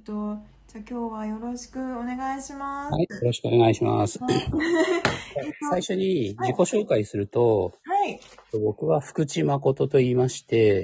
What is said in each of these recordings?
じゃあ今日はよろしくお願いします。 はい、よろしくお願いします。 はい最初に自己紹介すると、 はい。 僕は福地誠と言いまして、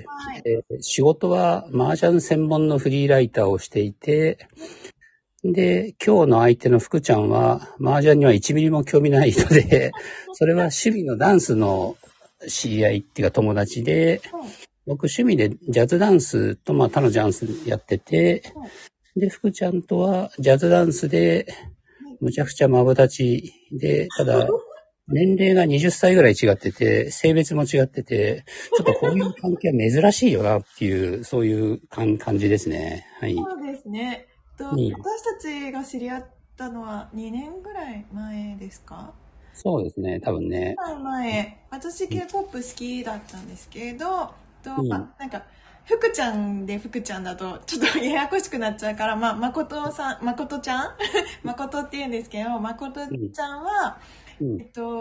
はい。 仕事は麻雀専門のフリーライターをしていて、で、今日の相手の福ちゃんは麻雀には1ミリも興味ない人で、それは趣味のダンスの知り合いっていうか友達で、僕趣味でジャズダンスと他のジャンスやってて、で、福ちゃんとはジャズダンスでむちゃくちゃマブダチで、ただ、年齢が20歳ぐらい違ってて、性別も違ってて、ちょっとこういう関係は珍しいよなっていう、そういう感じですね。はい。 そうですね。私たちが知り合ったのは2年ぐらい前ですか？ そうですね、多分ね。 前、私 K-POP 好きだったんですけど、 うんなんか、福ちゃんで福ちゃんだとちょっとややこしくなっちゃうから、誠さん、誠ちゃん誠って言うんですけど、誠ちゃんは、 うん。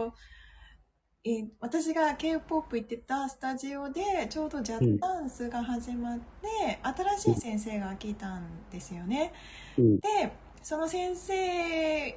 私が K-POP 行ってたスタジオでちょうどジャズダンスが始まって新しい先生が来たんですよね。 うん。 で、その先生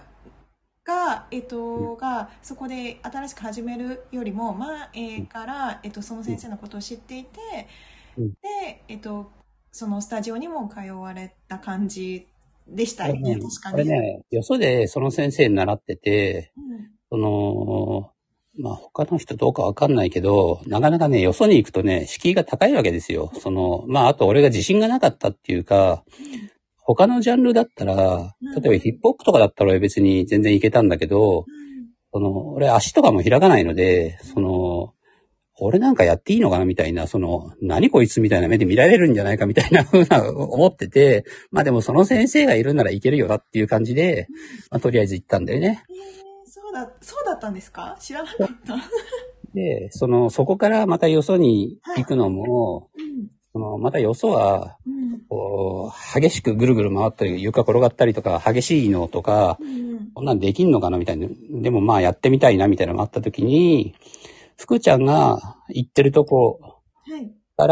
がそこで新しく始めるよりも前から、その先生のことを知っていて、 うん。 で、そのスタジオにも通われた感じでしたよね、 これね、 確かに。 これね、よそでその先生に習ってて、 うん。 その、他の人どうかわかんないけど、なかなかね、よそに行くとね、敷居が高いわけですよ。あと俺が自信がなかったっていうか、他のジャンルだったら、 うん。 例えばヒップホップとかだったら俺別に全然いけたんだけど、俺足とかも開かないので、俺なんかやっていいのかなみたいな、何こいつみたいな目で見られるんじゃないかみたいな風な思ってて、でもその先生がいるならいけるよなっていう感じで、とりあえず行ったんだよね。 そうだったんですか？知らなかった。 で、そこからまたよそに行くのも、またよそは、激しくぐるぐる回ったり、床転がったりとか、激しいのとか、こんなんできんのかなみたいな。でもやってみたいなみたいなのがあった時に、福ちゃんが行ってるとこから、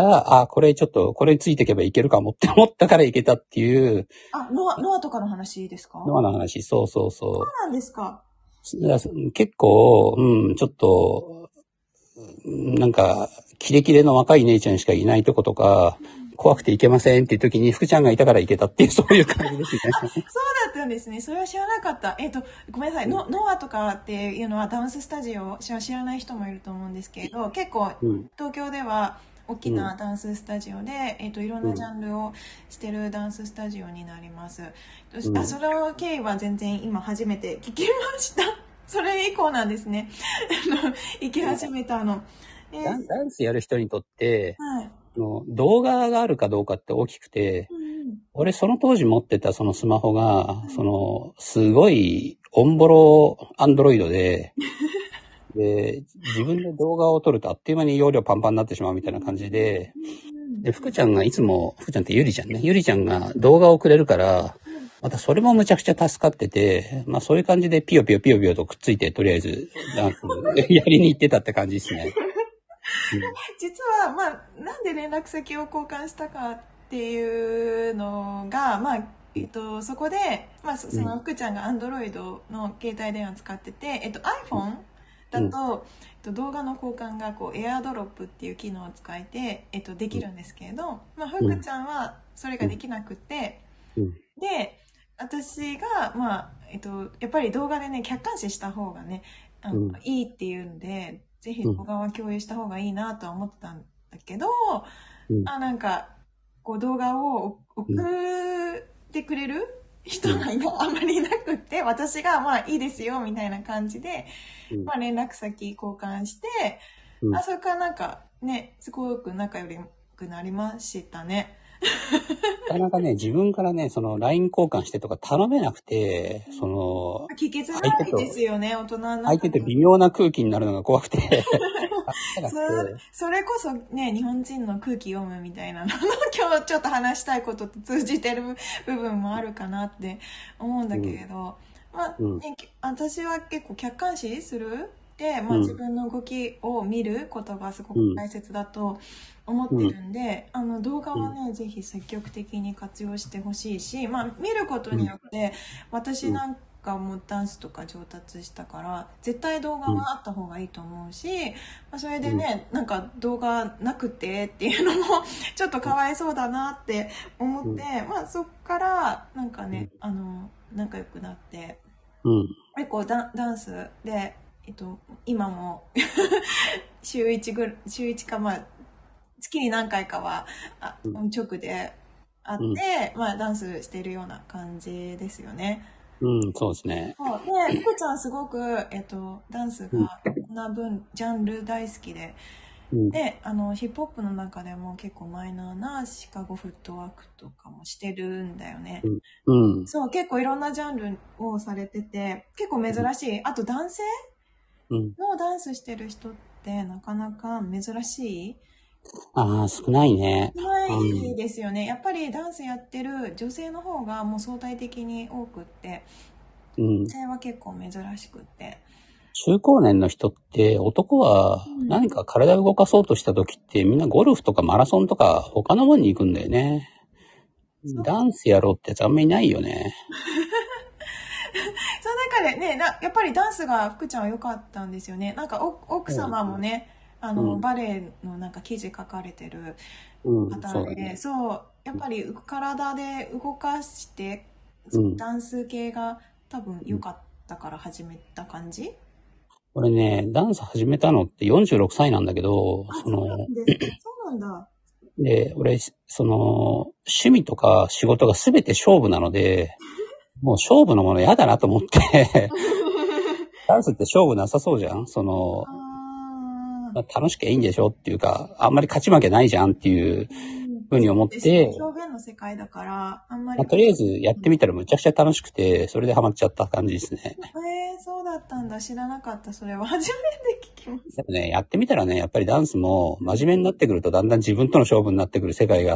これちょっと、これについていけばいけるかもって思ったからいけたっていう。 ノアとかの話ですか？ の話、そうそうそそうなんですか。 う。結構、ちょっと、なんか、キレキレの若い姉ちゃんしかいないとことか、怖くていけませんっていう時に福ちゃんがいたからいけたっていう、そういう感じですね。 そうだったんですね。それは知らなかった。ごめんなさい。ノアとかっていうのはダンススタジオ、知らない人もいると思うんですけど、結構、東京では大きなダンススタジオで、いろんなジャンルをしてるダンススタジオになります。その経緯は全然今初めて聞きました。それ以降なんですね。行き始めたの。 ダンスやる人にとって、 はい。 動画があるかどうかって大きくて、俺その当時持ってたそのスマホが、すごいオンボロアンドロイドで、自分で動画を撮るとあっという間に容量パンパンになってしまうみたいな感じで、福ちゃんがいつも、福ちゃんってゆりちゃんね、ゆりちゃんが動画をくれるから、またそれもむちゃくちゃ助かってて、そういう感じでピヨピヨピヨピヨとくっついて、とりあえず、やりに行ってたって感じですね。 実は、なんで連絡先を交換したかっていうのが、そこで、その福ちゃんが Android の携帯電話使ってて、iPhone だと、動画の交換がエアドロップっていう機能を使えて、できるんですけれど、福ちゃんはそれができなくて、で、私が、やっぱり動画でね、客観視した方がね、いいっていうんで、ぜひ動画は共有した方がいいなとは思ってたんだけど、なんか、動画を送ってくれる人があんまりいなくって、私がいいですよみたいな感じで、連絡先交換して、それからなんかね、すごく仲良くなりましたね。 なかなかね、自分からね、LINE 交換してとか頼めなくて、 聞きづらいですよね、大人にな相手と微妙な空気になるのが怖くて。 それこそね、日本人の空気読むみたいなの今日ちょっと話したいことと通じてる部分もあるかなって思うんだけれど、私は結構客観視するて、まあ、自分の動きを見ることがすごく大切だと思ってるんで、動画はね、ぜひ積極的に活用してほしいし、まあ、見ることによって、私なんかもダンスとか上達したから、絶対動画はあった方がいいと思うし、まあ、それでね、なんか動画なくてっていうのもちょっとかわいそうだなって思って、まあ、そっからなんかね、仲良くなって、結構ダンスで、今も週1か、まあ、月に何回かは直で会って、まあ、ダンスしてるような感じですよね。 そうですね。 で、福ちゃんすごく、ダンスがな分、ジャンル大好きで、で、ヒップホップの中でも結構マイナーなシカゴフットワークとかもしてるんだよね。そう、結構いろんなジャンルをされてて、結構珍しい。あと男性のダンスしてる人ってなかなか珍しい。 少ないね。 少ないですよね。やっぱりダンスやってる女性の方がもう相対的に多くって、女性は結構珍しくって。 中高年の人って、男は何か体を動かそうとした時ってみんなゴルフとかマラソンとか他のものに行くんだよね。ダンスやろうってやつあんまりいないよね。 その中でね、やっぱりダンスが福ちゃんは良かったんですよね。なんか奥様もね、バレエのなんか記事書かれてる方で、そう、やっぱり体で動かして、ダンス系が多分良かったから始めた感じ。 俺ね、ダンス始めたのって46歳なんだけど、 そうなんだ。 で、俺、趣味とか仕事が全て勝負なので、もう勝負のもの嫌だなと思って、ダンスって勝負なさそうじゃん楽しきゃいいんでしょっていうか、あんまり勝ち負けないじゃんっていうふうに思って、 表現の世界だから、あんまり。 とりあえずやってみたらむちゃくちゃ楽しくて、それでハマっちゃった感じですね。 そうだったんだ。知らなかった。それは初めて聞きました。 でもね、やってみたらね、やっぱりダンスも真面目になってくるとだんだん自分との勝負になってくる世界があって、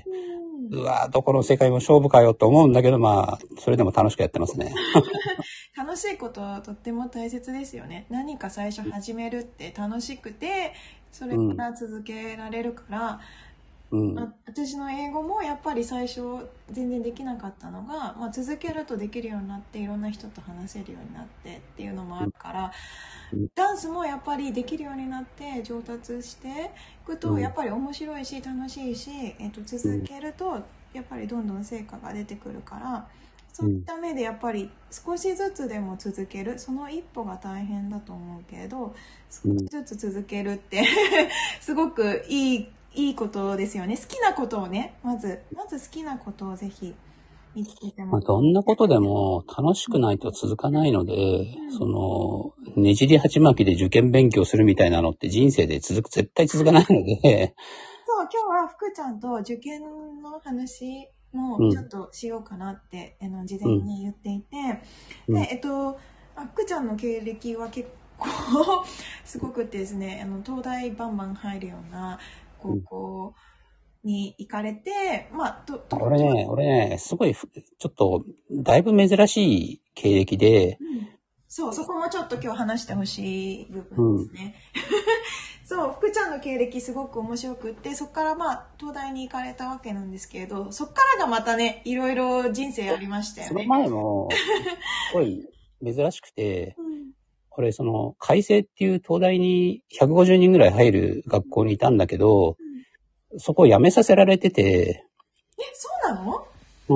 どこの世界も勝負かよと思うんだけど、まあ、それでも楽しくやってますね。 楽しいことはとっても大切ですよね。何か最初始めるって楽しくて、それから続けられるから、私の英語もやっぱり最初全然できなかったのが、まあ、続けるとできるようになっていろんな人と話せるようになってっていうのもあるから、ダンスもやっぱりできるようになって上達していくとやっぱり面白いし楽しいし、続けるとやっぱりどんどん成果が出てくるから、そういった目でやっぱり少しずつでも続ける、その一歩が大変だと思うけど少しずつ続けるってすごくいいことですよね。好きなことをね、まず好きなことをぜひ見つけても。 どんなことでも楽しくないと続かないので、ねじり鉢巻きで受験勉強するみたいなのって人生で絶対続かないので。 そう、今日は福ちゃんと受験の話もちょっとしようかなって、事前に言っていて、で、福ちゃんの経歴は結構すごくてですね、東大バンバン入るような高校に行かれて、まあ、 俺ね、すごい、ちょっと、だいぶ珍しい経歴で、 そう、そこもちょっと今日話してほしい部分ですね。そう、福ちゃんの経歴すごく面白くって、そこからまあ、東大に行かれたわけなんですけれど、そこからがまたね、いろいろ人生ありましたよね。 その前も、すごい珍しくて、これ開成っていう東大に150人ぐらい入る学校にいたんだけど、そこを辞めさせられてて。 そうなの？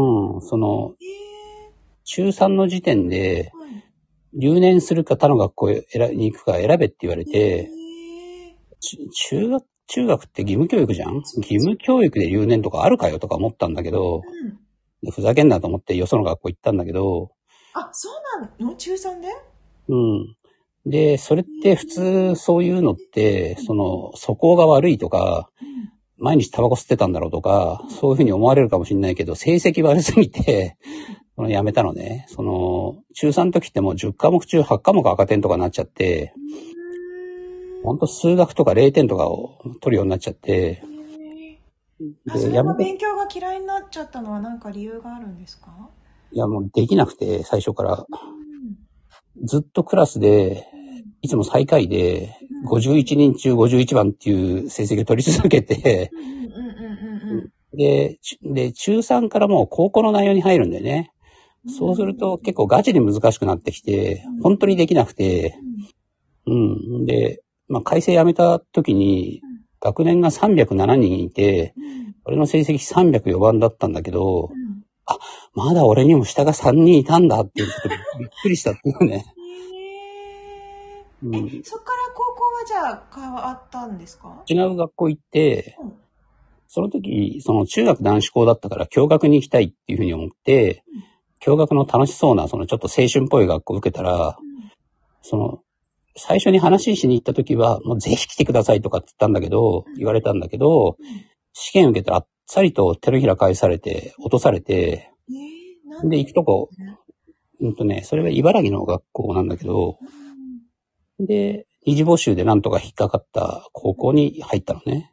中3の時点で、留年するか他の学校に行くか選べって言われて、中学って義務教育じゃん？義務教育で留年とかあるかよとか思ったんだけど、ふざけんなと思ってよその学校行ったんだけど。 あ、そうなの？中3で？ で、それって普通そういうのって、素行が悪いとか、毎日タバコ吸ってたんだろうとか、そういうふうに思われるかもしれないけど、成績悪すぎて、辞めたのね。中3の時ってもう10科目中8科目赤点とかになっちゃって、ほんと数学とか0点とかを取るようになっちゃって、 それは勉強が嫌いになっちゃったのは何か理由があるんですか？ いや、もうできなくて、最初から。ずっとクラスでいつも最下位で、 うん 51人中51番っていう成績を取り続けて、 うんうんうんうんうんで、中3からもう高校の内容に入るんだよね。 うん。 そうすると結構ガチで難しくなってきて、 うん本当にできなくて、うん。で、まあ、改正辞めた時に、学年が307人いて、 うん俺の成績304番だったんだけど、 うん。 あ、まだ俺にも下が3人いたんだっていうちょっとびっくりしたっていうね。うん。 そっから高校はじゃあ変わったんですか？ 違う学校行って、 うんその時、その中学男子校だったから共学に行きたいっていうふうに思って、共学の楽しそうな、そのちょっと青春っぽい学校を受けたら、その、最初に話しに行った時は、もうぜひ来てくださいとかって言われたんだけど、試験受けたらあっさりと手のひら返されて、落とされて、で、 なんで？ 行くとこ、それは茨城の学校なんだけど、で、二次募集でなんとか引っかかった高校に入ったのね。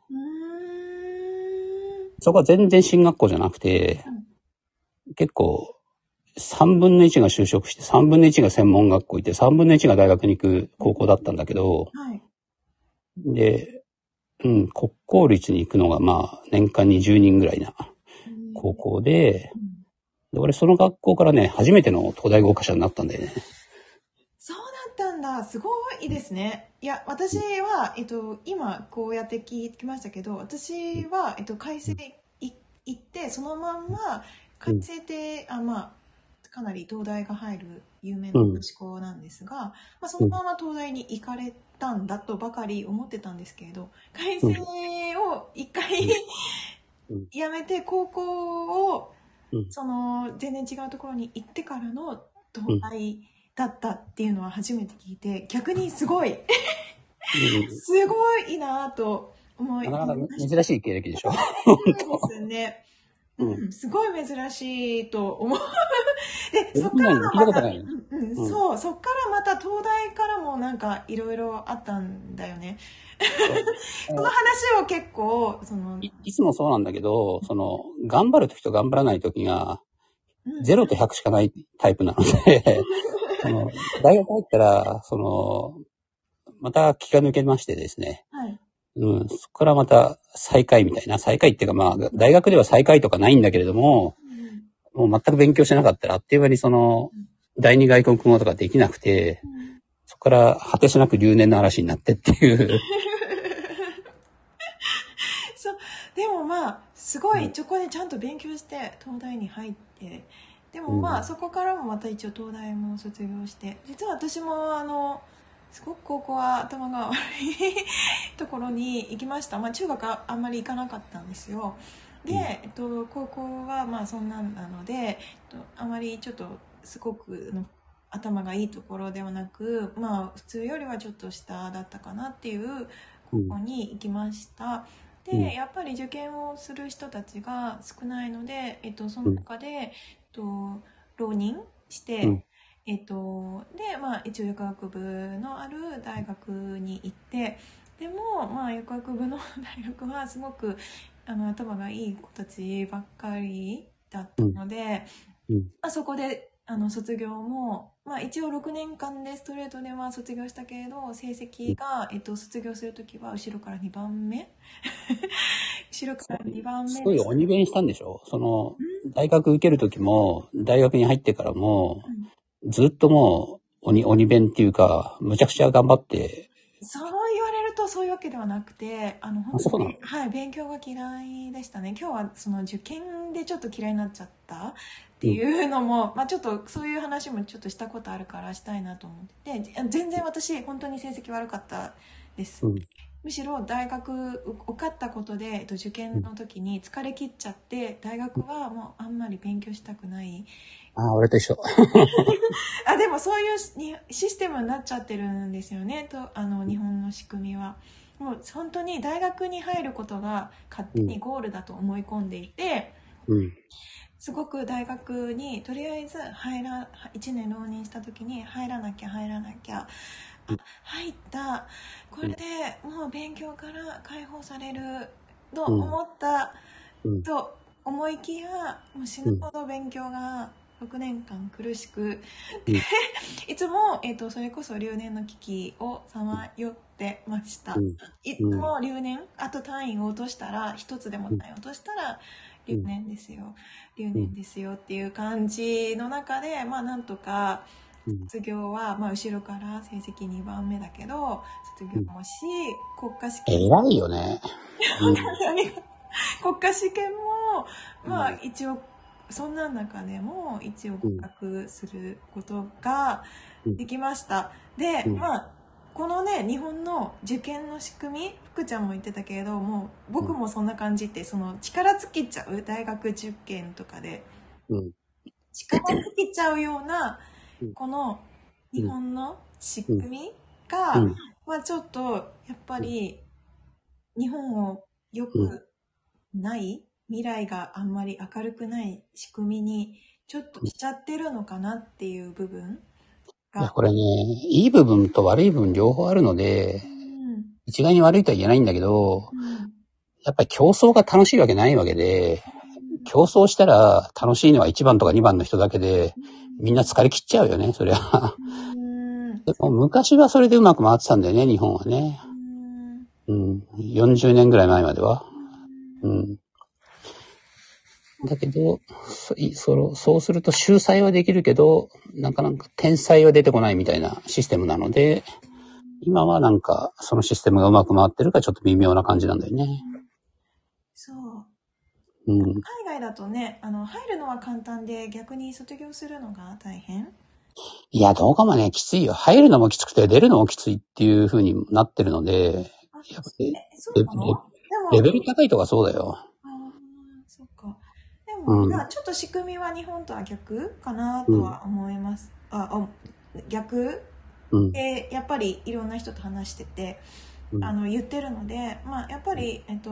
そこは全然進学校じゃなくて、結構、3分の1が就職して、3分の1が専門学校行って、3分の1が大学に行く高校だったんだけど、 はい。 で、国公立に行くのがまあ、年間に10人ぐらいな高校で、俺その学校からね、初めての東大合格者になったんだよね。 そうだったんだ。すごいですね。いや、私は、今こうやって聞きましたけど、私は、改正行って、そのまんま、改正って、まあ、かなり東大が入る有名な男子校なんですが、まあ、そのまま東大に行かれたんだとばかり思ってたんですけれど、改正を一回やめて、高校を、全然違うところに行ってからの東大だったっていうのは初めて聞いて、逆にすごいすごいなぁと思いなかなかました。 珍しい経歴でしょ。 そうですね。すごい珍しいと思う。で、そっからの聞いたまた、 ことないよ。 そう、そっからまた東大からもなんかいろいろあったんだよね。その話を結構、 いつもそうなんだけど、頑張るときと頑張らないときが、0と100しかないタイプなので、大学入ったら、また気が抜けましてですね。 はい。 そこからまた最下位みたいな、最下位っていうかまあ、大学では最下位とかないんだけれども、もう全く勉強しなかったら、あっという間に第二外国語とかできなくて、そこから果てしなく留年の嵐になってっていう。 そう、でもまあ、すごい、そこでちゃんと勉強して、東大に入って、でもまあ、そこからもまた一応東大も卒業して、実は私もすごく高校は頭が悪いところに行きました。まあ、中学はあんまり行かなかったんですよ。で、高校はまあそんなんなので、あまりちょっとすごく頭がいいところではなく、まあ普通よりはちょっと下だったかなっていう高校に行きました。で、やっぱり受験をする人たちが少ないので、その中で、浪人して、で、まあ、一応薬学部のある大学に行って、でも、まあ、薬学部の大学はすごく頭がいい子たちばっかりだったので、まあ、そこで卒業も、まあ、一応6年間でストレートでは卒業したけれど、成績が、卒業するときは後ろから2番目後ろから2番目すごい鬼弁したんでしょ？大学受けるときも、大学に入ってからも、ずっともう鬼弁っていうか、むちゃくちゃ頑張って。 そう言われるとそういうわけではなくて、本当に、はい、勉強が嫌いでしたね。今日はその受験でちょっと嫌いになっちゃったっていうのも、まあちょっとそういう話もちょっとしたことあるからしたいなと思ってて、全然私本当に成績悪かったです。むしろ大学受かったことで受験の時に疲れ切っちゃって、大学はもうあんまり勉強したくない。 俺と一緒。 でもそういうシステムになっちゃってるんですよね、日本の仕組みは。もう本当に大学に入ることが勝手にゴールだと思い込んでいて、すごく大学にとりあえず1年浪人した時に入らなきゃ入ったこれでもう勉強から解放されると思った、と思いきやもう死ぬほど勉強が 6年間苦しく、 うんいつも、それこそ留年の危機をさまよってました。 うん。 いつも留年、あと単位を落としたら、一つでも単位を落としたら、留年ですよ、留年ですよっていう感じの中で、まあなんとか、卒業は、まあ後ろから成績2番目だけど、卒業もし、国家試験。 偉いよね。 国家試験も、まあ一応、そんな中でも一応合格することができました。で、まあ、このね、日本の受験の仕組み、福ちゃんも言ってたけれども、僕もそんな感じって、その力尽きちゃう大学受験とかで、力尽きちゃうような、この日本の仕組みが、まあちょっと、やっぱり、日本を良くない未来があんまり明るくない仕組みにちょっとしちゃってるのかなっていう部分が。 いや、これね、いい部分と悪い部分両方あるので、一概に悪いとは言えないんだけど、やっぱり競争が楽しいわけないわけで、競争したら楽しいのは1番とか2番の人だけで、みんな疲れ切っちゃうよね、そりゃ。でも昔はそれでうまく回ってたんだよね、日本はね。40年ぐらい前までは。だけど、そうすると秀才はできるけど、なかなか天才は出てこないみたいなシステムなので、今はなんかそのシステムがうまく回ってるかちょっと微妙な感じなんだよね。 そう。海外だとね、入るのは簡単で逆に卒業するのが大変？ いや、どうかもね、きついよ。入るのもきつくて出るのもきついっていう風になってるので、やっぱりレベル高いとかそうだよ。 そっか。でも、ちょっと仕組みは日本とは逆かなとは思います。逆で、やっぱりいろんな人と話してて、言ってるので、まあ、やっぱり、はい、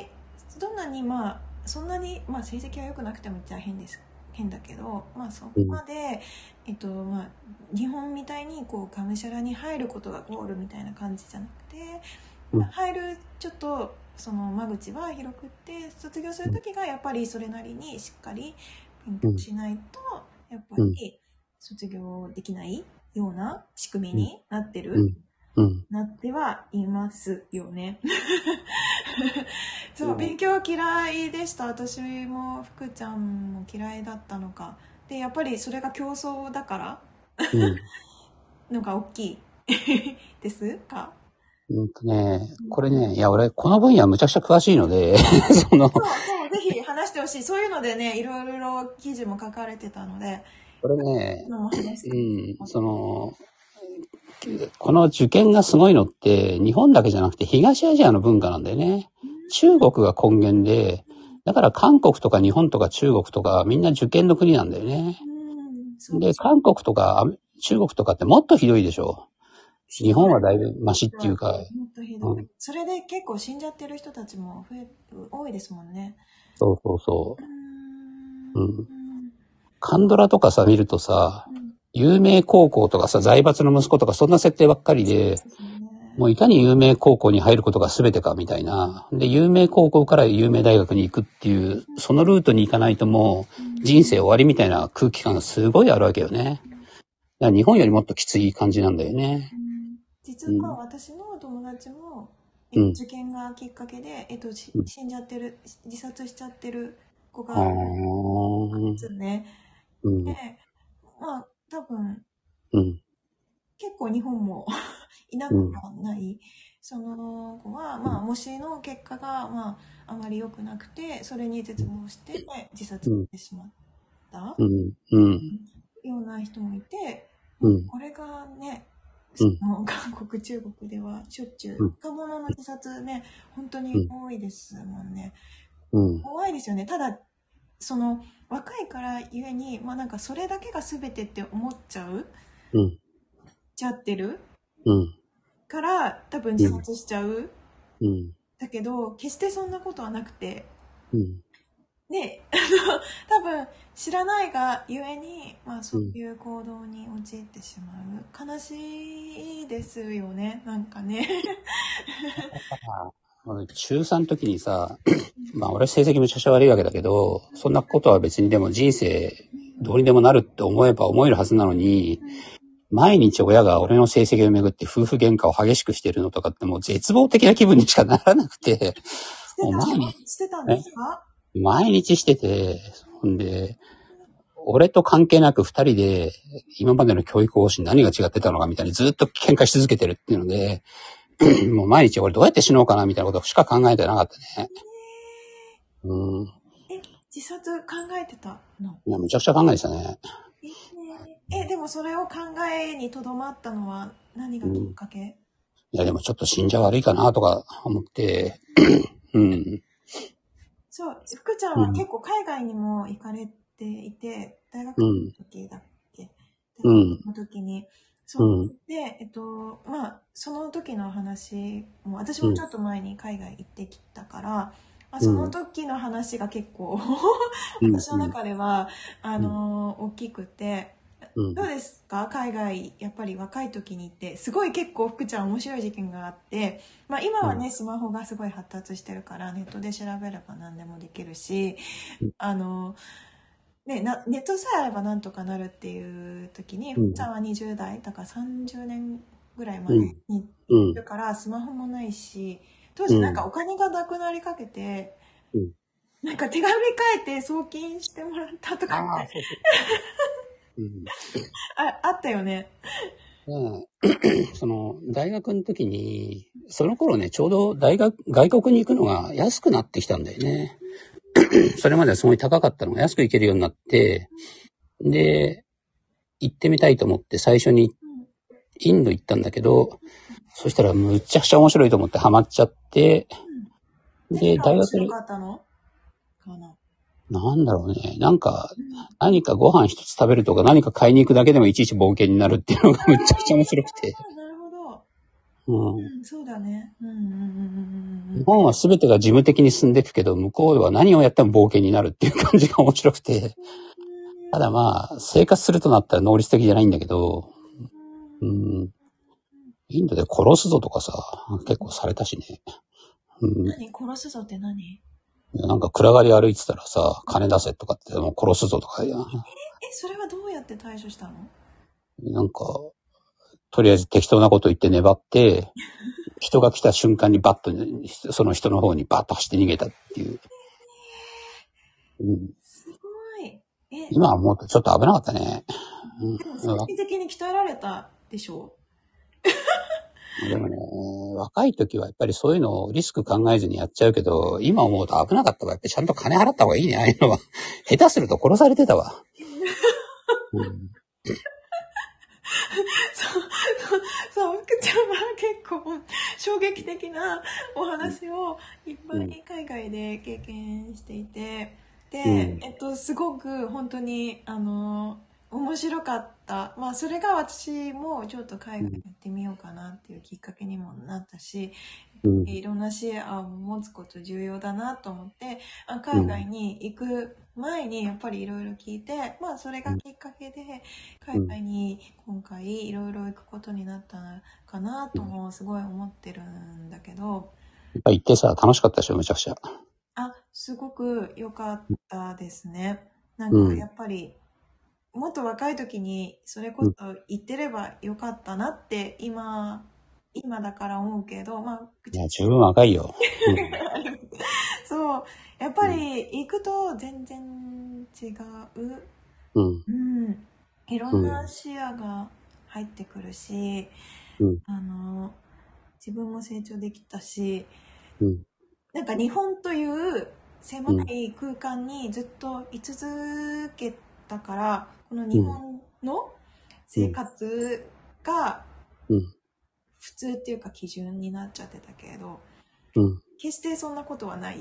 どんなに、まあ、そんなに、まあ、成績は良くなくてもじゃあ変だけど、まあ、そこまで、まあ、日本みたいに、こう、がむしゃらに入ることがゴールみたいな感じじゃなくて、入る、ちょっと、その間口は広くって、卒業するときがやっぱりそれなりにしっかり勉強しないと、やっぱり卒業できないような仕組みになってる。なってはいますよね。そう、勉強嫌いでした。私も福ちゃんも嫌いだったのか。で、やっぱりそれが競争だからのが大きいですか？ これね、いや、俺、この分野むちゃくちゃ詳しいので、 そう、ぜひ話してほしい。そういうのでね、いろいろ記事も書かれてたので。 これね、この受験がすごいのって、日本だけじゃなくて東アジアの文化なんだよね。中国が根源で、だから韓国とか日本とか中国とかみんな受験の国なんだよね。で、韓国とか中国とかってもっとひどいでしょ。日本はだいぶマシっていうか。 もっとひどい。それで結構死んじゃってる人たちも多いですもんね。 そうそうそう。カンドラとかさ、見るとさ、有名高校とかさ、財閥の息子とかそんな設定ばっかりで、もういかに有名高校に入ることが全てかみたいな。で、有名高校から有名大学に行くっていう、そのルートに行かないともう人生終わりみたいな空気感がすごいあるわけよね。だから日本よりもっときつい感じなんだよね。 実は私の友達も、受験がきっかけで、死んじゃってる、自殺しちゃってる子がいるんですね。で、まあ、多分、結構日本もいなくはない。その子は、まあ、模試の結果が、まあ、あまり良くなくて、それに絶望して自殺してしまったような人もいて、これがね、韓国、中国ではしょっちゅう、若者の自殺ね、本当に多いですもんね。怖いですよね。ただ、その、若いからゆえに、まあなんかそれだけが全てって思っちゃってるから、多分自殺しちゃう。だけど、決してそんなことはなくて、で、多分知らないがゆえに、まあそういう行動に陥ってしまう。悲しいですよね、なんかね。 中3の時にさ、まあ俺成績むちゃくちゃ悪いわけだけど、そんなことは別にでも人生どうにでもなるって思えば思えるはずなのに、毎日親が俺の成績をめぐって夫婦喧嘩を激しくしてるのとかってもう絶望的な気分にしかならなくて、もうしてたんですか？ 毎日してて、ほんで、俺と関係なく二人で今までの教育方針何が違ってたのかみたいにずっと喧嘩し続けてるっていうので、もう毎日俺どうやって死のうかなみたいなことしか考えてなかったね。 自殺考えてたの？ いや、むちゃくちゃ考えてたね。 でもそれを考えにとどまったのは何がきっかけ？ いや、でもちょっと死んじゃ悪いかなとか思って、 そう、福ちゃんは結構海外にも行かれていて、大学の時だっけ？大学の時に。そう。で、まあ、その時の話も、私もちょっと前に海外行ってきたから、まあ、その時の話が結構、私の中では、大きくて、どうですか？海外、やっぱり若い時に行って、すごい結構福ちゃん面白い時期があって、まあ今はね、スマホがすごい発達してるから、ネットで調べれば何でもできるし、ネットさえあればなんとかなるっていう時に、福ちゃんは20代、だから30年ぐらい前にいるから、スマホもないし、当時なんかお金がなくなりかけて、なんか手紙書いて送金してもらったとかって。あったよね。 その、大学の時に、その頃ね、ちょうど外国に行くのが安くなってきたんだよね。それまではすごい高かったのが安く行けるようになって、で、行ってみたいと思って最初にインド行ったんだけど、そしたらむちゃくちゃ面白いと思ってハマっちゃって、で、大学に。なんだろうね。なんか、何かご飯一つ食べるとか何か買いに行くだけでもいちいち冒険になるっていうのがむちゃくちゃ面白くて。 なるほど。そうだね。 日本は全てが事務的に進んでいくけど、向こうでは何をやっても冒険になるっていう感じが面白くて。ただまあ、生活するとなったら能率的じゃないんだけど、インドで殺すぞとかさ、結構されたしね。 何？殺すぞって何？ なんか暗がり歩いてたらさ、金出せとかってもう殺すぞとかや。 それはどうやって対処したの？ なんか、とりあえず適当なこと言って粘って、人が来た瞬間にバッと、その人の方にバッと走って逃げたっていう。 すごい。 今はもうちょっと危なかったね。 でも、精神的に鍛えられたでしょ？ でもね、若い時はやっぱりそういうのをリスク考えずにやっちゃうけど、今思うと危なかったわ。やっぱりちゃんと金払った方がいいね、ああいうのは。下手すると殺されてたわ。 そう、福ちゃんは結構衝撃的なお話をいっぱい海外で経験していて、で、すごく本当に面白かった。まあそれが私もちょっと海外に行ってみようかなっていうきっかけにもなったし、いろんな視野を持つこと重要だなと思って、海外に行く前にやっぱりいろいろ聞いて、まあそれがきっかけで海外に今回いろいろ行くことになったかなともすごい思ってるんだけど。 やっぱ行ってさ、楽しかったでしょ、めちゃくちゃ。 すごく良かったですね。なんかやっぱり、もっと若い時にそれこそ言ってればよかったなって今だから思うけど、まあ、 いや、十分若いよ。 そう、やっぱり行くと全然違う。いろんな視野が入ってくるし、自分も成長できたし、なんか日本という狭い空間にずっと居続けたから、この日本の生活が普通っていうか基準になっちゃってたけれど、決してそんなことはない。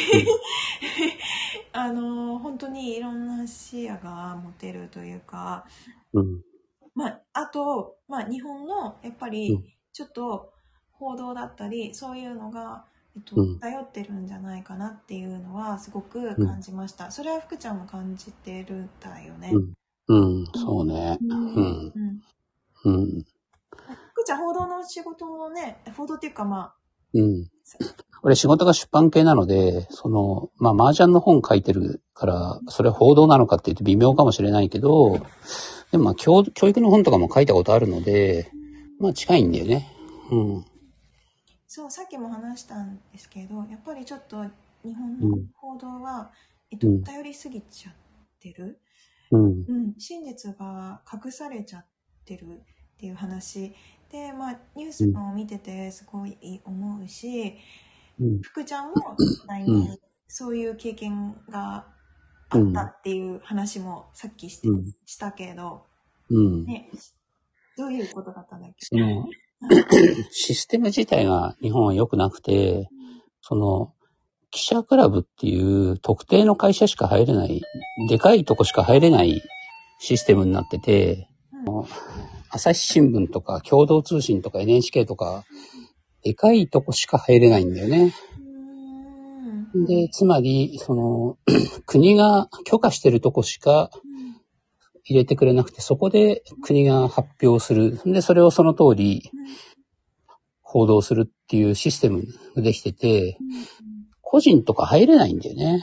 本当にいろんな視野が持てるというか、まあ、あと、まあ、日本のやっぱりちょっと報道だったりそういうのが頼ってるんじゃないかなっていうのはすごく感じました。それは福ちゃんも感じてるんだよね。 そうね。 福ちゃん報道の仕事もね、報道っていうかまあうん。俺仕事が出版系なので、麻雀の本書いてるから、それは報道なのかって言うと微妙かもしれないけど、でも教育の本とかも書いたことあるので、近いんだよね。うん。 そう、さっきも話したんですけど、やっぱりちょっと日本の報道は、頼りすぎちゃってる。 うん。 真実が隠されちゃってるっていう話で、ニュースも見ててすごい思うし、福ちゃんも実際にそういう経験があったっていう話もさっきしたけど、ね、どういうことだったんだっけ？ システム自体が日本は良くなくて、記者クラブっていう特定の会社しか入れない、でかいとこしか入れないシステムになってて、朝日新聞とか共同通信とか NHK とか、でかいとこしか入れないんだよね。で、つまり、国が許可してるとこしか入れてくれなくて、そこで国が発表する。で、それをその通り報道するっていうシステムができてて、個人とか入れないんだよね。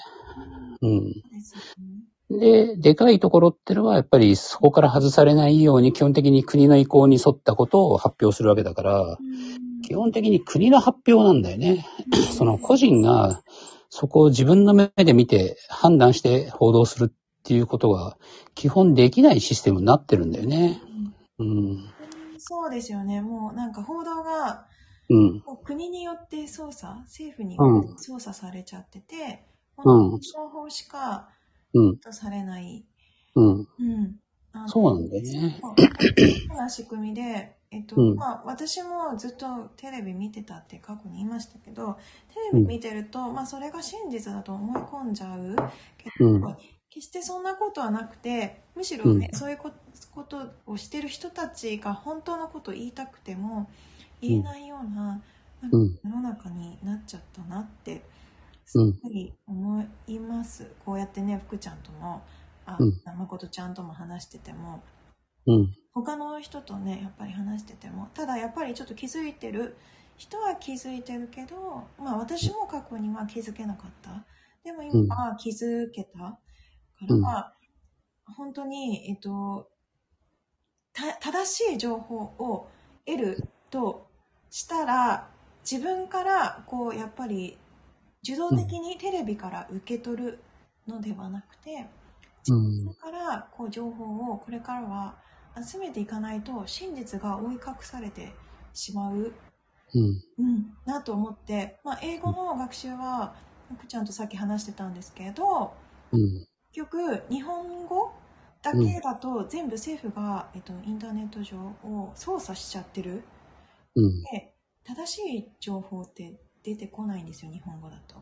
で、でかいところってのはやっぱりそこから外されないように基本的に国の意向に沿ったことを発表するわけだから、基本的に国の発表なんだよね。その個人がそこを自分の目で見て判断して報道するっていうことが基本できないシステムになってるんだよね。 そうですよね。もうなんか報道が、もう国によって政府に操作されちゃってて、情報しかとされない。 そうなんだよね。 変な仕組みで、私もずっとテレビ見てたって過去に言いましたけど、テレビ見てると、それが真実だと思い込んじゃうけど、決してそんなことはなくて、むしろね、そういうことをしてる人たちが本当のことを言いたくても言えないような、世の中になっちゃったなってすごい思います。こうやってね、福ちゃんとも誠ちゃんとも話してても、他の人とねやっぱり話してても、ただやっぱりちょっと気づいてる人は気づいてるけど、私も過去には気づけなかった。でも今は気づけたから、本当に正しい情報を得るとしたら、自分からこうやっぱり受動的にテレビから受け取るのではなくて、自分からこう情報をこれからは集めていかないと真実が覆い隠されてしまう、なと思って、英語の学習は福ちゃんとさっき話してたんですけど、結局日本語だけだと全部政府が、インターネット上を操作しちゃってる、で正しい情報って出てこないんですよ、日本語だと。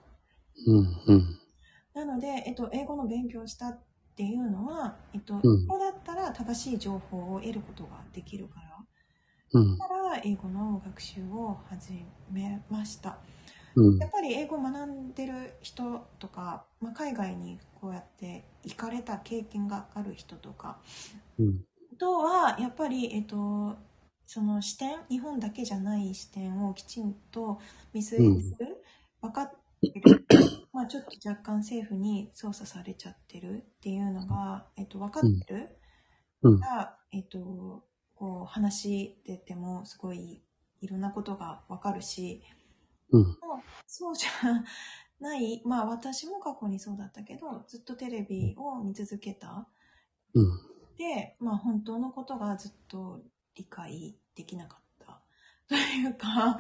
なので、英語の勉強したっていうのは、ここだったら正しい情報を得ることができるから、だから英語の学習を始めました。やっぱり英語を学んでる人とか、海外にこうやって行かれた経験がある人とかとは、やっぱり、その視点、日本だけじゃない視点をきちんと見据えてる、分かってる、ちょっと若干政府に操作されちゃってるっていうのが、分かってるが、こう話しててもすごいいろんなことが分かるし、そうじゃない、私も過去にそうだったけど、ずっとテレビを見続けた。で、本当のことがずっと理解できなかったというか、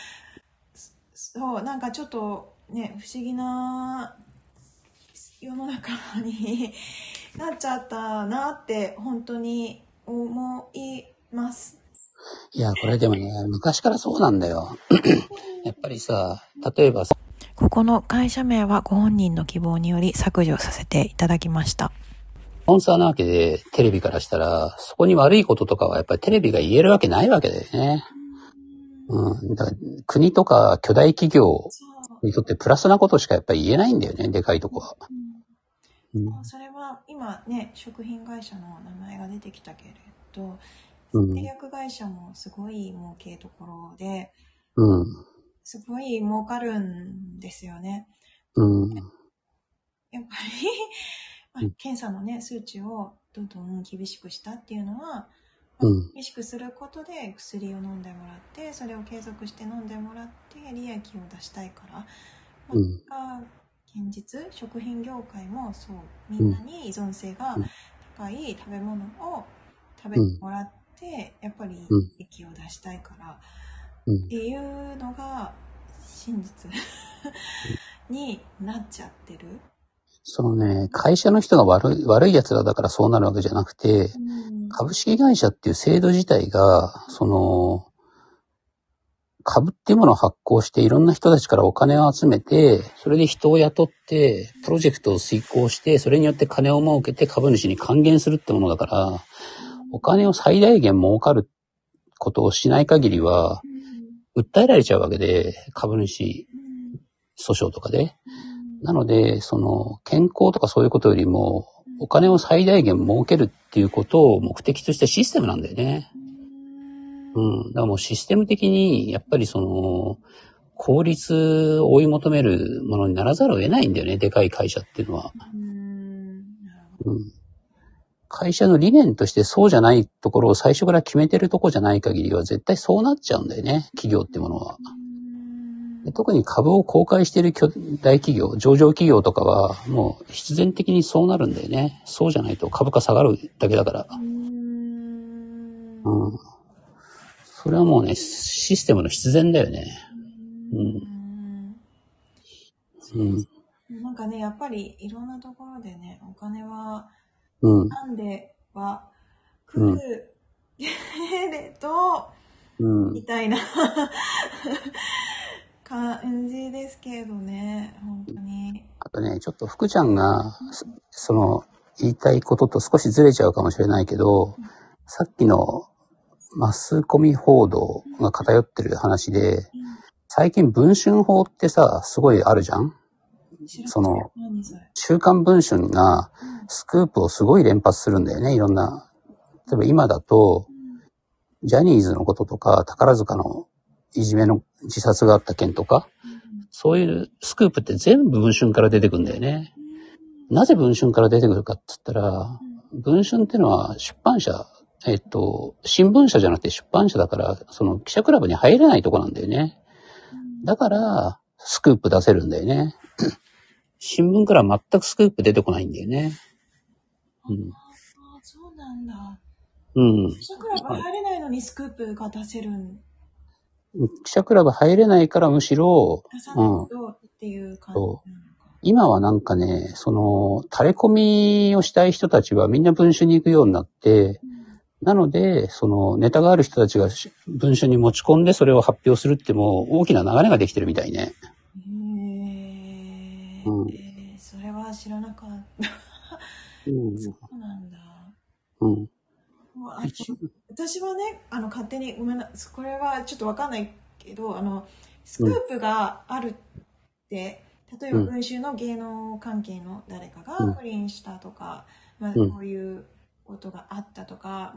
そうなんかちょっとね、不思議な世の中になっちゃったなって本当に思います。 いや、これでもね、昔からそうなんだよ。やっぱりさ、例えばさ、 ここの会社名はご本人の希望により削除させていただきました。 スポンサーなわけで、テレビからしたら、そこに悪いこととかはやっぱりテレビが言えるわけないわけだよね。だから国とか巨大企業にとってプラスなことしかやっぱり言えないんだよね、でかいとこは。 それは今ね、食品会社の名前が出てきたけれど、製薬会社もすごい儲けどころで、 すごい儲かるんですよね。 うん。 やっぱり、検査のね、数値をどんどん厳しくしたっていうのは、 うん。 厳しくすることで薬を飲んでもらって、それを継続して飲んでもらって利益を出したいから、 うん。 現実、食品業界もそう、みうん。 んなに依存性が高い食べ物を食べうん。 てもらって、やっぱり利うん。 益を出したいからうん。 っていうのが真実になっちゃってる。 そのね、会社の人が悪い奴らだからそうなるわけじゃなくて、株式会社っていう制度自体が、株っていうものを発行していろんな人たちからお金を集めて、それで人を雇って、プロジェクトを遂行して、それによって金を儲けて株主に還元するってものだから、お金を最大限儲かることをしない限りは、訴えられちゃうわけで、株主訴訟とかで。なので、健康とかそういうことよりも、お金を最大限儲けるっていうことを目的としたシステムなんだよね。うん。だからもうシステム的に、やっぱり効率を追い求めるものにならざるを得ないんだよね、でかい会社っていうのは。うん。会社の理念としてそうじゃないところを最初から決めてるとこじゃない限りは絶対そうなっちゃうんだよね、企業ってものは。で特に株を公開している大企業、上場企業とかはもう必然的にそうなるんだよね。そうじゃないと株価下がるだけだから。うん。それはもうね、システムの必然だよね。 なんかね、やっぱりいろんなところでね、お金は、なんでは来るけれど、みたいな感じですけどね、本当に。 あとね、ちょっと福ちゃんが、言いたいことと少しずれちゃうかもしれないけど、さっきのマスコミ報道が偏ってる話で、最近文春法ってさ、すごいあるじゃん？週刊文春がスクープをすごい連発するんだよね、いろんな。例えば今だと、ジャニーズのこととか、宝塚のいじめの自殺があった件とか、そういうスクープって全部文春から出てくるんだよね。なぜ文春から出てくるかって言ったら、文春ってのは出版社、新聞社じゃなくて出版社だから、記者クラブに入れないとこなんだよね。だから、スクープ出せるんだよね。新聞から全くスクープ出てこないんだよね。 そうなんだ。 記者クラブ入れないのにスクープが出せる記者クラブ入れないからむしろ、 出さないとっていう感じなのか。 今はなんかね、垂れ込みをしたい人たちはみんな文春に行くようになって、なので、ネタがある人たちが文春に持ち込んでそれを発表するっても大きな流れができてるみたいね。 それは知らなかった。そうなんだ。私はね、勝手にごめんなさい、これはちょっとわかんないけど、スクープがあるって、例えば文春の芸能関係の誰かが不倫したとか、こういうことがあったとか、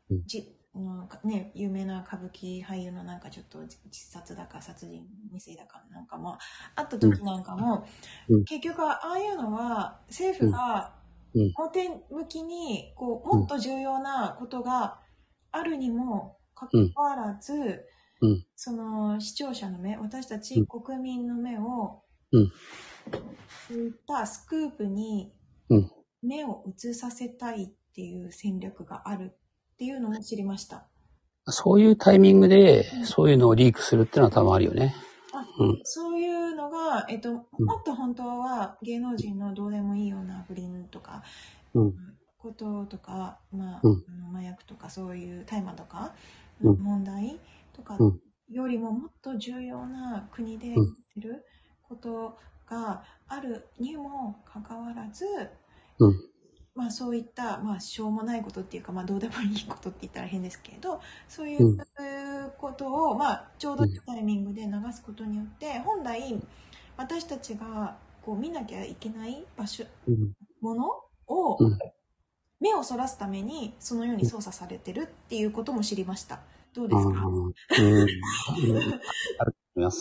有名な歌舞伎俳優のなんかちょっと自殺だか殺人未遂だかなんかもあった時なんかも、結局ああいうのは政府が表向きにもっと重要なことがあるにもかかわらず、その視聴者の目、私たち国民の目を、そういったスクープに目を移させたいっていう戦略があるっていうのも知りました。 そういうタイミングで、そういうのをリークするっていうのは多分あるよね。 そういうのが、もっと本当は芸能人のどうでもいいような不倫とか、こととか、麻薬とかそういう大麻とかの問題とかよりももっと重要な国でやってることがあるにもかかわらず、そういった、しょうもないことっていうか、どうでもいいことって言ったら変ですけれど、そういうことを、ちょうどいいタイミングで流すことによって、本来、私たちが見なきゃいけない場所、ものを、目をそらすために、そのように操作されてるっていうことも知りました。どうですか？ います。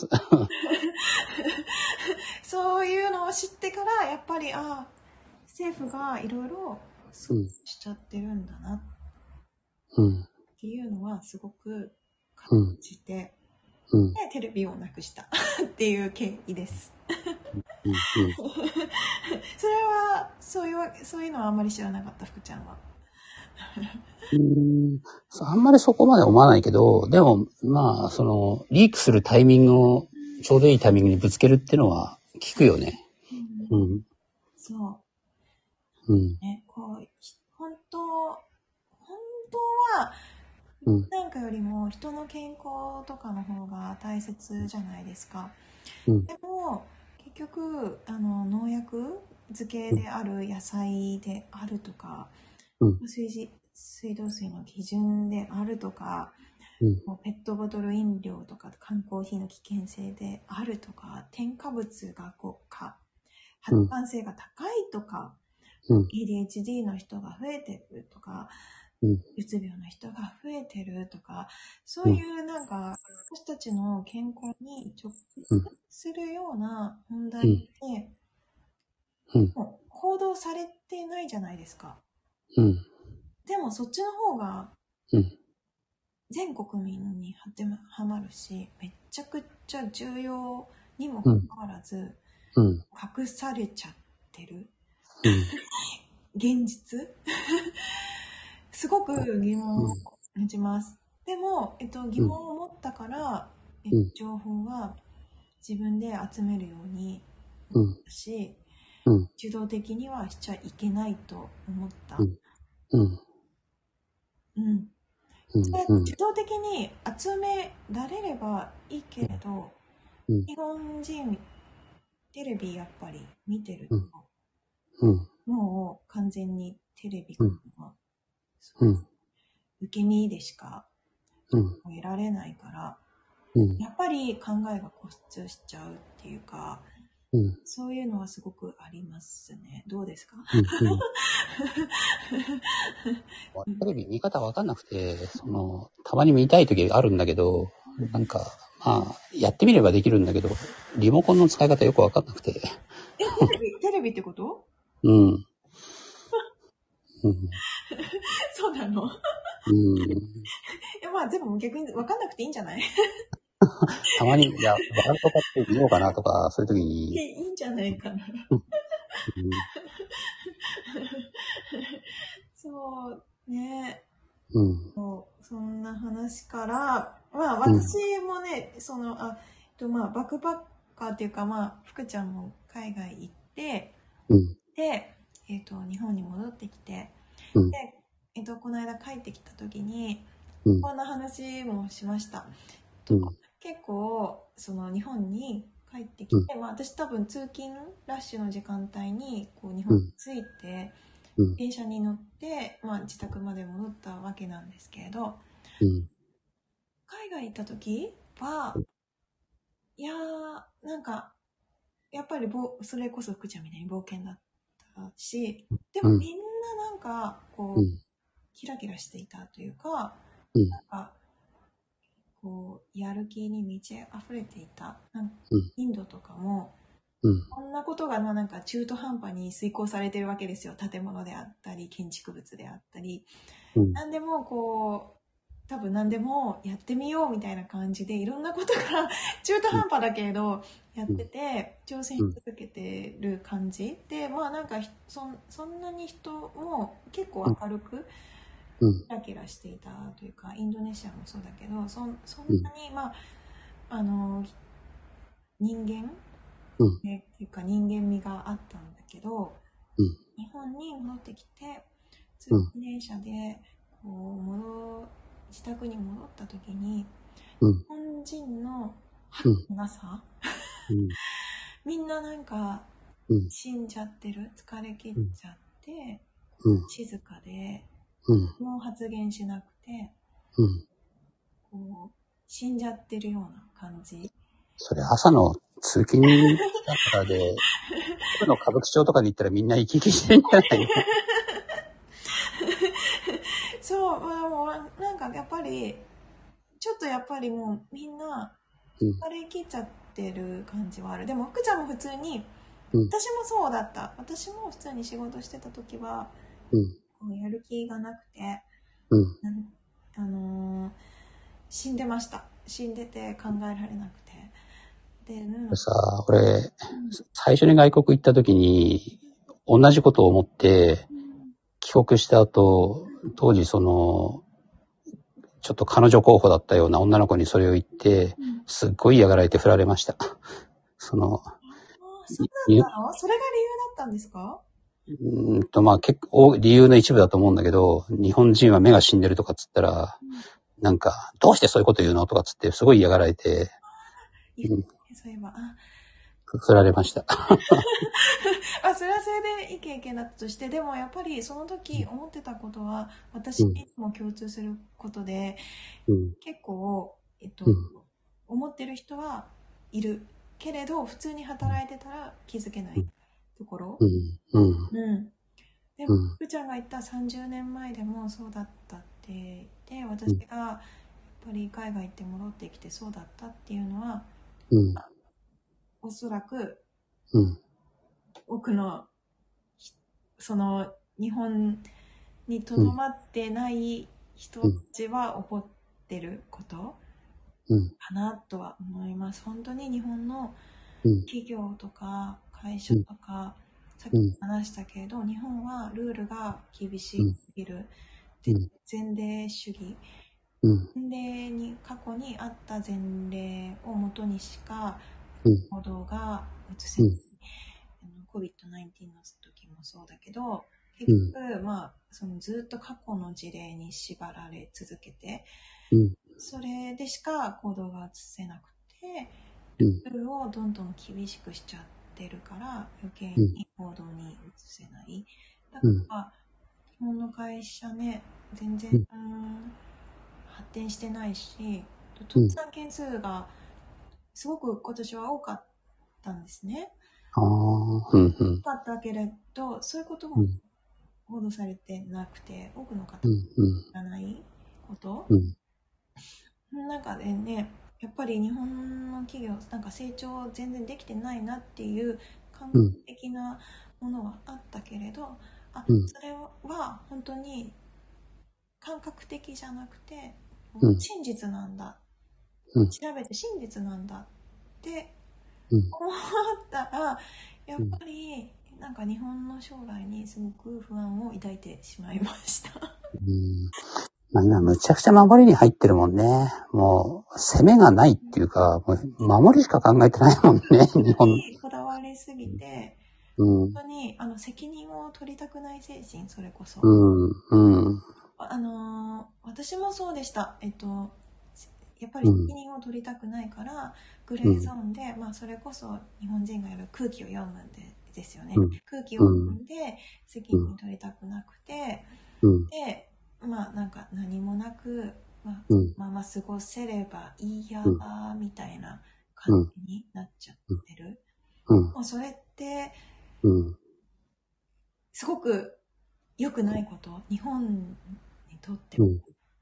そういうのを知ってから、やっぱり、政府がいろいろそうしちゃってるんだなっていうのはすごく感じて、で、テレビをなくしたっていう経緯です。それは、そういうのはあんまり知らなかった、福ちゃんは。 あんまりそこまで思わないけど、でも、リークするタイミングを、ちょうどいいタイミングにぶつけるっていうのは聞くよね。 そう。ね、本当は、なんかよりも人の健康とかの方が大切じゃないですか。でも、結局、農薬漬けである野菜であるとか、水道水の基準であるとか、ペットボトル飲料とか缶コーヒーの危険性であるとか、添加物が発がん性が高いとか、ADHD の人が増えてるとか、うつ病の人が増えてるとか、そういうなんか私たちの健康に直結するような問題ってもう報道されてないじゃないですか。でもそっちの方が全国民に当てはまるし、めちゃくちゃ重要にもかかわらず隠されちゃってる現実すごく疑問を感じます。でも、疑問を持ったから、情報は自分で集めるようになったし、受動的にはしちゃいけないと思った。受動的に集められればいいけれど、日本人テレビやっぱり見てると、もう完全にテレビから受け身でしか得られないから、やっぱり考えが固執しちゃうっていうか、そういうのはすごくありますね。どうですか？ テレビ見方わかんなくて、たまに見たい時あるんだけど、やってみればできるんだけど、リモコンの使い方よくわかんなくて。 テレビってこと？そうなの？でも逆に分かんなくていいんじゃない？ たまに、ワールドカップ見ようかなとか、そういう時に。 いいんじゃないかな。そうね。そんな話から、私もね、バックパッカーっていうか、福ちゃんも海外行って、で、日本に戻ってきて、で、この間帰ってきた時に、こんな話もしました。結構、日本に帰ってきて、私多分通勤ラッシュの時間帯に、日本に着いて、電車に乗って、自宅まで戻ったわけなんですけれど、海外行った時は、なんか、やっぱりそれこそ福ちゃんみたいに冒険だったし、でもみんななんか、キラキラしていたというか、やる気に満ち溢れていた。インドとかも、こんなことがなんか中途半端に遂行されてるわけですよ。建物であったり、建築物であったり。何でも多分何でもやってみようみたいな感じで、いろんなことが中途半端だけれど、やってて、挑戦し続けてる感じで、なんかそんなに人も結構明るく、キラキラしていたというか、インドネシアもそうだけど、そんなに、人間っていうか人間味があったんだけど、日本に戻ってきて通勤電車で自宅に戻った時に、日本人の覇気のなさ、みんななんか死んじゃってる、疲れ切っちゃって、静かで、もう発言しなくて、死んじゃってるような感じ。 それ朝の通勤だからで、夜の歌舞伎町とかに行ったらみんな生き生きしてんじゃないの？ そう、もうなんかやっぱりちょっとやっぱりもうみんな疲れ切っちゃってる感じはある。でも福ちゃんも普通に、 うん。 私もそうだった。私も普通に仕事してた時は、 うん。 こうやる気がなくて、 うん。 死んでました。死んでて考えられなくて。で、 さ、俺、最初に外国行った時に、同じことを思って、帰国した後、当時ちょっと彼女候補だったような女の子にそれを言って、すっごい嫌がられて振られました。 そうだったの？それが理由だったんですか？ まあ結構理由の一部だと思うんだけど、日本人は目が死んでるとかっつったら、なんか、どうしてそういうこと言うのとかっつって、すごい嫌がられて、 そういえば、 振られました。 それはそれでいい経験だったとして、でもやっぱりその時思ってたことは、私にも共通することで、結構、思ってる人はいるけれど、普通に働いてたら気づけないところ。でも、福ちゃんが言った30年前でもそうだったって言って、私がやっぱり海外行って戻ってきてそうだったっていうのは、おそらく、多くのその日本にとどまってない人たちは怒ってることかなとは思います。本当に日本の企業とか会社とか、さっき話したけれど、日本はルールが厳しすぎる。前例主義。前例に過去にあった前例をもとにしか報道が移せない。COVID-19 の時もそうだけど、結局、そのずっと過去の事例に縛られ続けて、それでしか行動が移せなくて、ルールをどんどん厳しくしちゃってるから余計に行動に移せない。だから、日本の会社ね、全然、発展してないし、倒産件数がすごく今年は多かったんですね。多かったけれど、そういうことも報道されてなくて、多くの方が知らないこと、中でね、やっぱり日本の企業なんか成長全然できてないなっていう感覚的なものはあったけれど、それは本当に感覚的じゃなくて、真実なんだ、調べて真実なんだって思ったら、やっぱりなんか日本の将来にすごく不安を抱いてしまいました。 今むちゃくちゃ守りに入ってるもんね。もう攻めがないっていうか、もう守りしか考えてないもんね、日本。 こだわりすぎて、本当に責任を取りたくない精神、それこそ。私もそうでした。やっぱり責任を取りたくないから、グレーゾーンで、それこそ日本人がやる空気を読むんですよね。空気を読んで責任取りたくなくて、で、なんか何もなく、過ごせればいいや、みたいな感じになっちゃってる。もうそれって、すごく良くないこと、日本にとっても。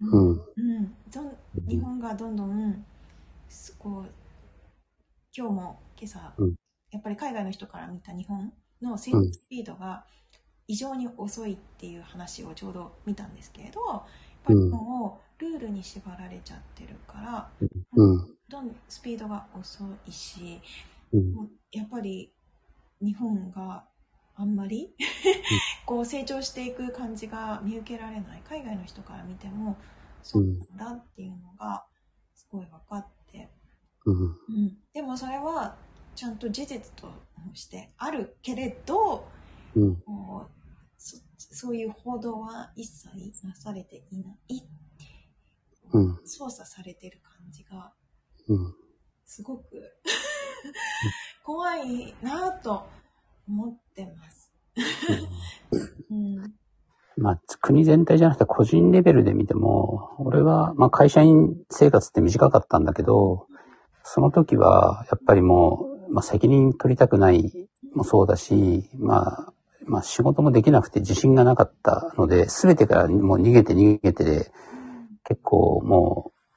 日本がどんどんこう今日も今朝、やっぱり海外の人から見た日本の成長スピードが異常に遅いっていう話をちょうど見たんですけれど、やっぱりもうルールに縛られちゃってるから、どんどんスピードが遅いし、やっぱり日本があんまりこう成長していく感じが見受けられない。海外の人から見てもそうなんだっていうのがすごい分かって、でもそれはちゃんと事実としてあるけれど、そういう報道は一切なされていない、操作されてる感じがすごく怖いなと思ってます。 国全体じゃなくて個人レベルで見ても、俺は、会社員生活って短かったんだけど、その時は、やっぱりもう、責任取りたくないもそうだし、仕事もできなくて自信がなかったので、すべてからもう逃げてで、結構も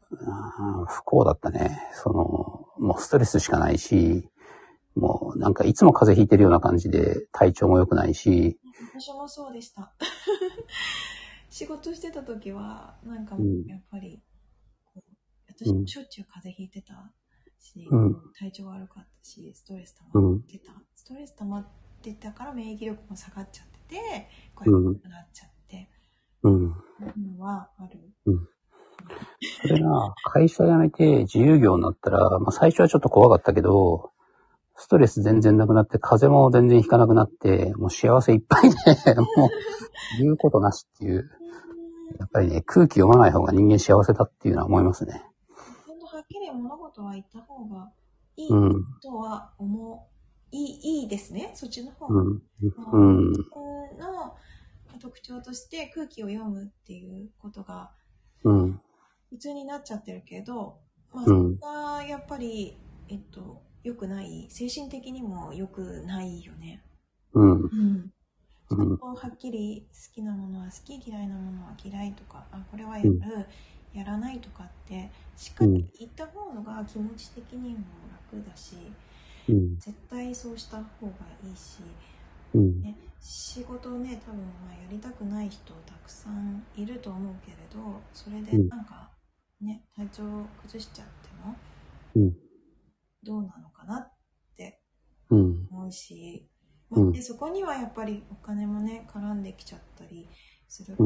不幸だったね。もうストレスしかないし、もうなんかいつも風邪ひいてるような感じで体調も良くないし。 私もそうでした。仕事してた時は、なんかやっぱり、私もしょっちゅう風邪ひいてたし、体調悪かったし、ストレス溜まってた。ストレス溜まってたから免疫力も下がっちゃってて、こうやってなっちゃって、のはある。 それが、会社辞めて自由業になったら、まあ最初はちょっと怖かったけど、ストレス全然なくなって、風邪も全然ひかなくなって、もう幸せいっぱいで、もう、言うことなしっていう。やっぱりね、空気読まない方が人間幸せだっていうのは思いますね。 本当はっきり物事は言った方がいいとはいいですね。そっちの方が。の特徴として空気を読むっていうことが普通になっちゃってるけど、まあ、それがやっぱり、良くない。精神的にも良くないよね。ちゃんとはっきり好きなものは好き、嫌いなものは嫌いとか、これはやらないとかってしっかり言った方が気持ち的にも楽だし、絶対そうした方がいいし、ね、仕事をね、多分やりたくない人たくさんいると思うけれど、それでなんかね、体調を崩しちゃってもどうなのかなって思うし、でそこにはやっぱりお金もね絡んできちゃったりするから、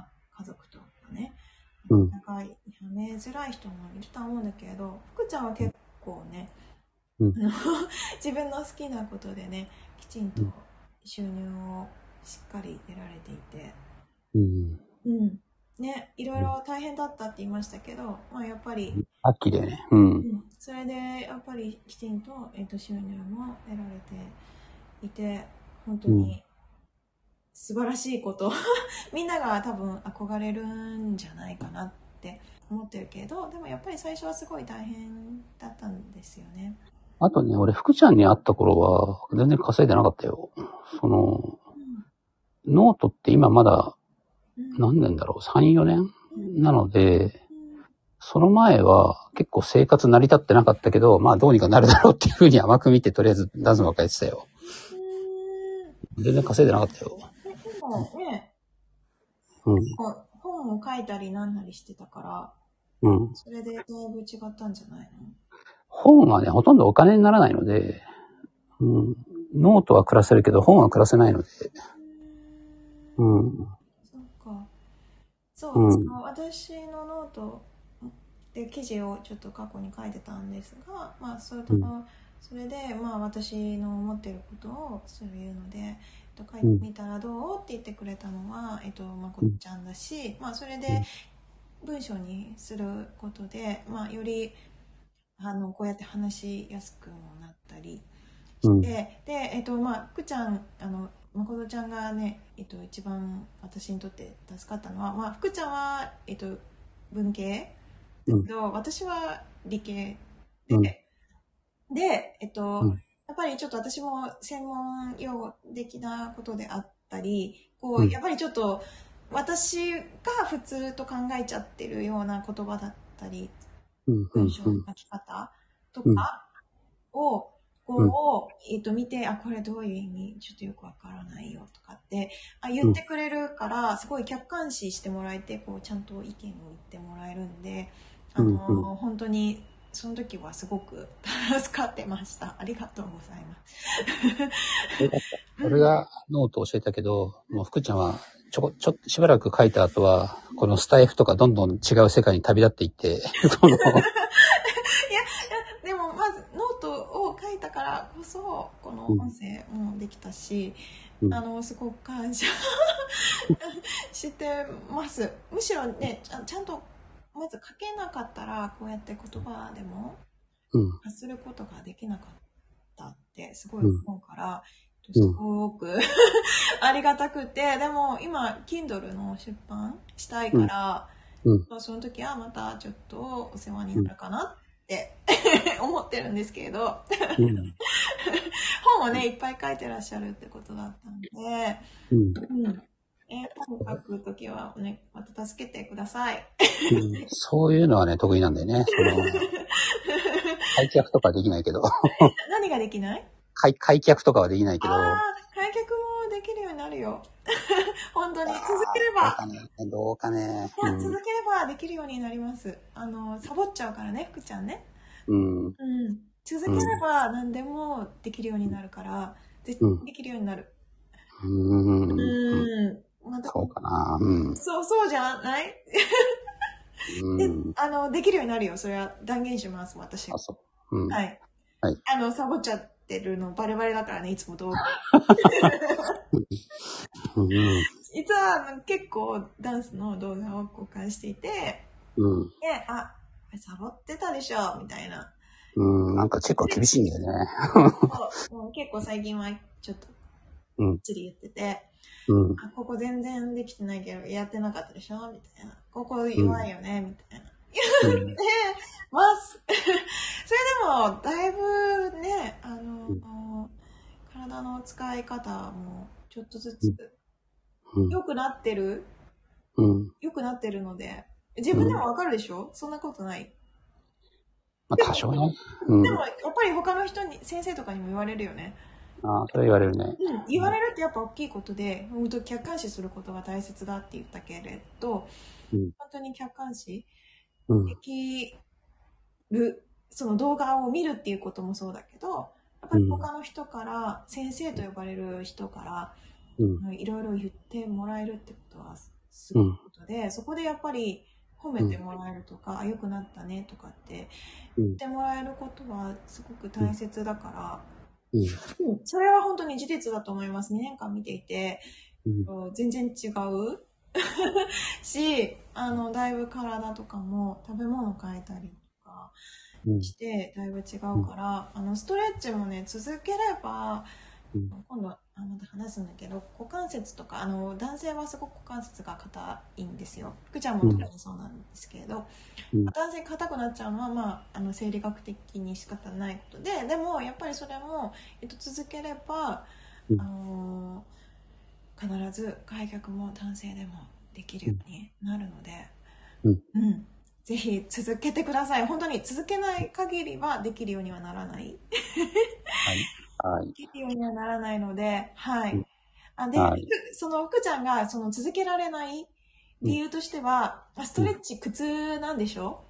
家族とかね、なんかやめづらい人もいると思うんだけど、福ちゃんは結構ね、自分の好きなことでね、きちんと収入をしっかり得られていて、ね、いろいろ大変だったって言いましたけど、やっぱりはっきりね、 それでやっぱりきちんと、収入も得られていて、本当に素晴らしいことみんなが多分憧れるんじゃないかなって思ってるけど、でもやっぱり最初はすごい大変だったんですよね。 あとね、俺福ちゃんに会った頃は全然稼いでなかったよ。ノートって今まだ何年だろう、3、4年なので、その前は結構生活成り立ってなかったけど、まあどうにかなるだろうっていうふうに甘く見てとりあえずダンスばっかりやってたよ。全然稼いでなかったよ。 でもね、本を書いたりなんなりしてたから、それでだいぶ違ったんじゃないの？ 本はね、ほとんどお金にならないので、ノートは暮らせるけど本は暮らせないので。 そうか。そう、私のノートで記事をちょっと過去に書いてたんですが、それで私の思っていることをそういうので書いてみたらどうって言ってくれたのはまことちゃんだし、それで文章にすることでよりこうやって話しやすくもなったりして、で福ちゃんまことちゃんがね一番私にとって助かったのは、福ちゃんは文系だけど、私は理系で、やっぱりちょっと私も専門用語的なことであったり、やっぱりちょっと私が普通と考えちゃってるような言葉だったり、文章の書き方とかを見て、これどういう意味ちょっとよくわからないよとかって言ってくれるから、すごい客観視してもらえて、ちゃんと意見を言ってもらえるんで、本当にその時はすごく助かってました。ありがとうございます。 俺がノート教えたけど、もう福ちゃんはちょっとしばらく書いた後は、このスタイフとかどんどん違う世界に旅立っていって、 でもまずノートを書いたからこそこの音声もできたし、すごく感謝してます。むしろね、ちゃんとまず書けなかったらこうやって言葉でも発することができなかったってすごい思うから、すごくありがたくて、でも今 Kindle の出版したいから、その時はまたちょっとお世話になるかなって思ってるんですけど、本をねいっぱい書いてらっしゃるってことだったんで、 本書くときはね、また助けてください。 そういうのはね、得意なんだよね。開脚とかはできないけど。 何ができない？ 開脚とかはできないけど。 開脚もできるようになるよ。本当に。続ければ。 どうかね。 続ければできるようになります。サボっちゃうからね、福ちゃんね。続ければ何でもできるようになるから、絶対できるようになる。 そうかな。 そうじゃない？できるようになるよ。それは断言します、私。はい。サボっちゃってるのバレバレだからね、いつも動画。実は結構ダンスの動画を公開していて、サボってたでしょ、みたいな。 なんかチェックは厳しいんだよね。 結構最近はちょっと、つり言ってて、ここ全然できてないけど、やってなかったでしょみたいな。ここ弱いよねみたいな。言ってます。それでも、だいぶね、体の使い方もちょっとずつ良くなってる、良くなってるので、自分でもわかるでしょ？そんなことない。 多少ね。 でも、やっぱり他の人に、先生とかにも言われるよね。 それ言われるね。 言われるってやっぱ大きいことで、本当客観視することが大切だって言ったけれど、本当に客観視できる、その動画を見るっていうこともそうだけど、やっぱり他の人から、先生と呼ばれる人から、いろいろ言ってもらえるってことはすごいことで、そこでやっぱり褒めてもらえるとか、良くなったねとかって言ってもらえることはすごく大切だから、それは本当に事実だと思います。2年間見ていて、全然違うし、だいぶ体とかも食べ物変えたりとかしてだいぶ違うから、ストレッチもね、続ければ、今度また話すんだけど、股関節とか男性はすごく股関節が硬いんですよ。福ちゃんも特にそうなんですけれど、男性硬くなっちゃうのは、生理学的に仕方ないことで、でもやっぱりそれも、続ければ、必ず開脚も男性でもできるようになるので、ぜひ続けてください。本当に続けない限りはできるようにはならない。できるようにはならないので、その福ちゃんが続けられない理由としては、ストレッチ苦痛なんでしょ？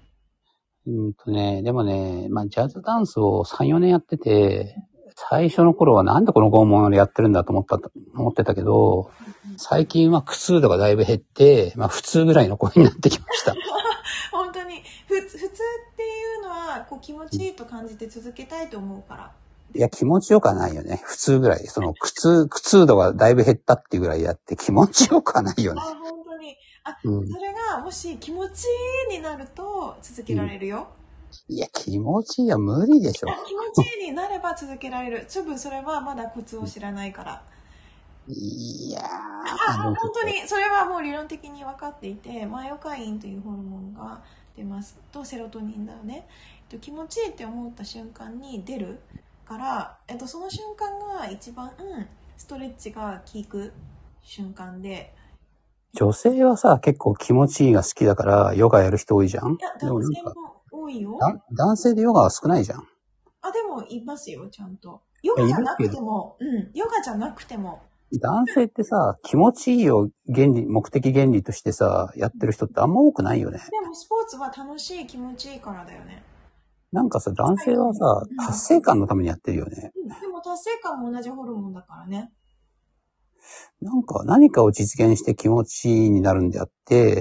でもね、ジャズダンスを3、4年やってて、最初の頃はなんでこの拷問でやってるんだと思ってたけど、最近は苦痛度がだいぶ減って、普通ぐらいの声になってきました。 本当に、普通っていうのは、気持ちいいと感じて続けたいと思うから。 いや、気持ちよくはないよね。普通ぐらい。苦痛度がだいぶ減ったっていうぐらいやって気持ちよくはないよね。 本当に。それがもし気持ちいいになると続けられるよ。 いや、気持ちいいは無理でしょ。 気持ちいいになれば続けられる。それはまだコツを知らないから。 いや本当に、それはもう理論的に分かっていて、マイオカインというホルモンが出ますと、セロトニンだよね。気持ちいいって思った瞬間に出るから、その瞬間が一番、ストレッチが効く瞬間で。 女性はさ、結構気持ちいいが好きだからヨガやる人多いじゃん。 いや、男性も多いよ。 男性でヨガは少ないじゃん。 でもいますよ、ちゃんと。ヨガじゃなくても、ヨガじゃなくても。 男性ってさ、気持ちいいを目的原理としてさ、やってる人ってあんま多くないよね。 でもスポーツは楽しい、気持ちいいからだよね。 なんかさ、男性はさ、達成感のためにやってるよね。 でも達成感も同じホルモンだからね。 なんか何かを実現して気持ちいいになるんであって、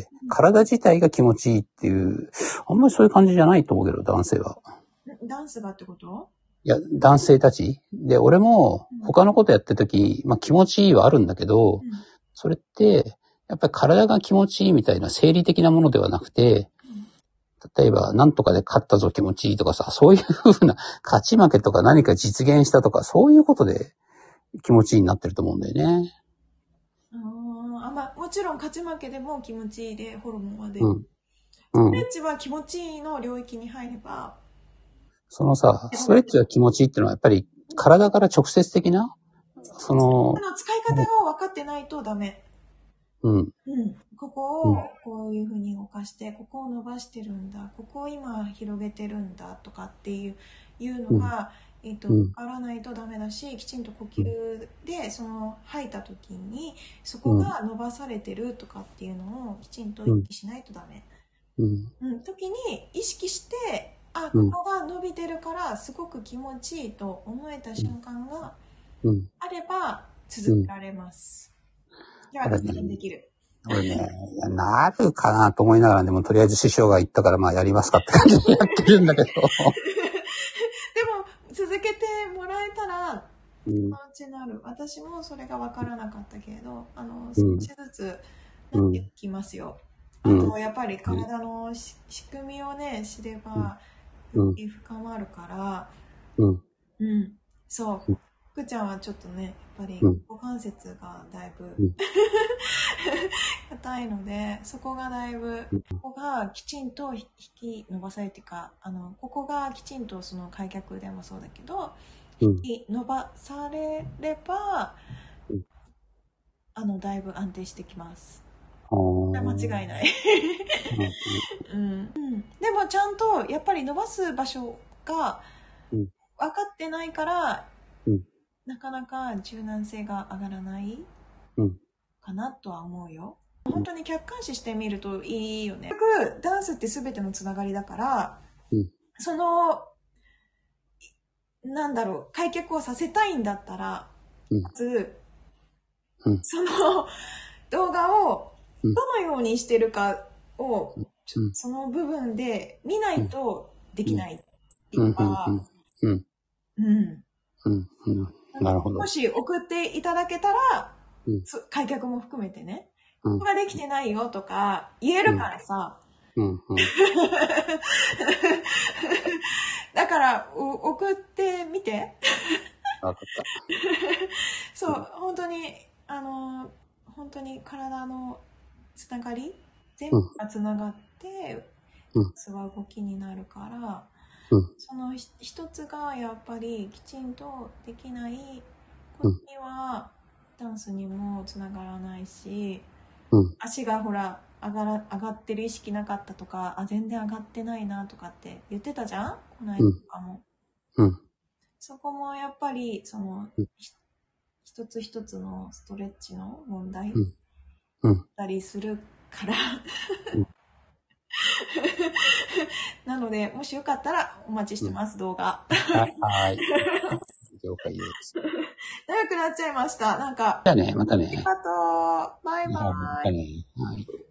体自体が気持ちいいっていう、あんまりそういう感じじゃないと思うけど、男性は。 ダンスがってこと？ いや、男性たち。で、俺も他のことやってるとき、気持ちいいはあるんだけど、それって、やっぱり体が気持ちいいみたいな生理的なものではなくて、例えば、なんとかで勝ったぞ気持ちいいとかさ、そういうふうな勝ち負けとか何か実現したとか、そういうことで気持ちいいになってると思うんだよね。 もちろん勝ち負けでも気持ちいいでホルモンは出る。ストレッチは気持ちいいの領域に入れば。 そのさ、ストレッチは気持ちいいっていうのはやっぱり体から直接的な、 使い方を分かってないとダメ。 うん。 うん。ここをこういう風に動かして、ここを伸ばしてるんだ、ここを今広げてるんだとかっていうのが、わからないとダメだし、きちんと呼吸で、吐いた時に、そこが伸ばされてるとかっていうのをきちんと意識しないとダメ。時に意識して、ここが伸びてるからすごく気持ちいいと思えた瞬間があれば続けられます。じゃあ、実践できる。 俺ね、なるかなと思いながら、でもとりあえず師匠が言ったからまあやりますかって感じでやってるんだけど。でも、 続けてもらえたら、そのうちなる。私もそれが分からなかったけれど、少しずつなっていきますよ。あと、やっぱり体の仕組みをね、知れば、深まるから、そう。福ちゃんはちょっとね、やっぱり股関節がだいぶ硬いので、そこがだいぶ、ここがきちんと引き伸ばされていうか、ここがきちんとその開脚でもそうだけど、引き伸ばされれば、だいぶ安定してきます。間違いない。でもちゃんと、やっぱり伸ばす場所が分かってないから、なかなか柔軟性が上がらないかなとは思うよ。本当に客観視してみるといいよね。結局ダンスって全てのつながりだから、なんだろう、開脚をさせたいんだったら、まず、その動画をどのようにしてるかを、その部分で見ないとできないっていうか、 なるほど。 もし送っていただけたら、開脚も含めてね、ここができてないよとか言えるからさ。だから、送ってみて。 わかった。 そう、本当に、本当に体のつながり、全部がつながって、そは動きになるから、その一つがやっぱりきちんとできないことにはダンスにもつながらないし、足がほら上がってる意識なかったとか、全然上がってないなとかって言ってたじゃん、この間とかも。そこもやっぱりその、一つ一つのストレッチの問題だったりするからなので、もしよかったらお待ちしてます、動画。 はい。了解です。 長くなっちゃいました。なんか。 じゃあね、またね。 ありがとう。バイバイ。 またね。はい。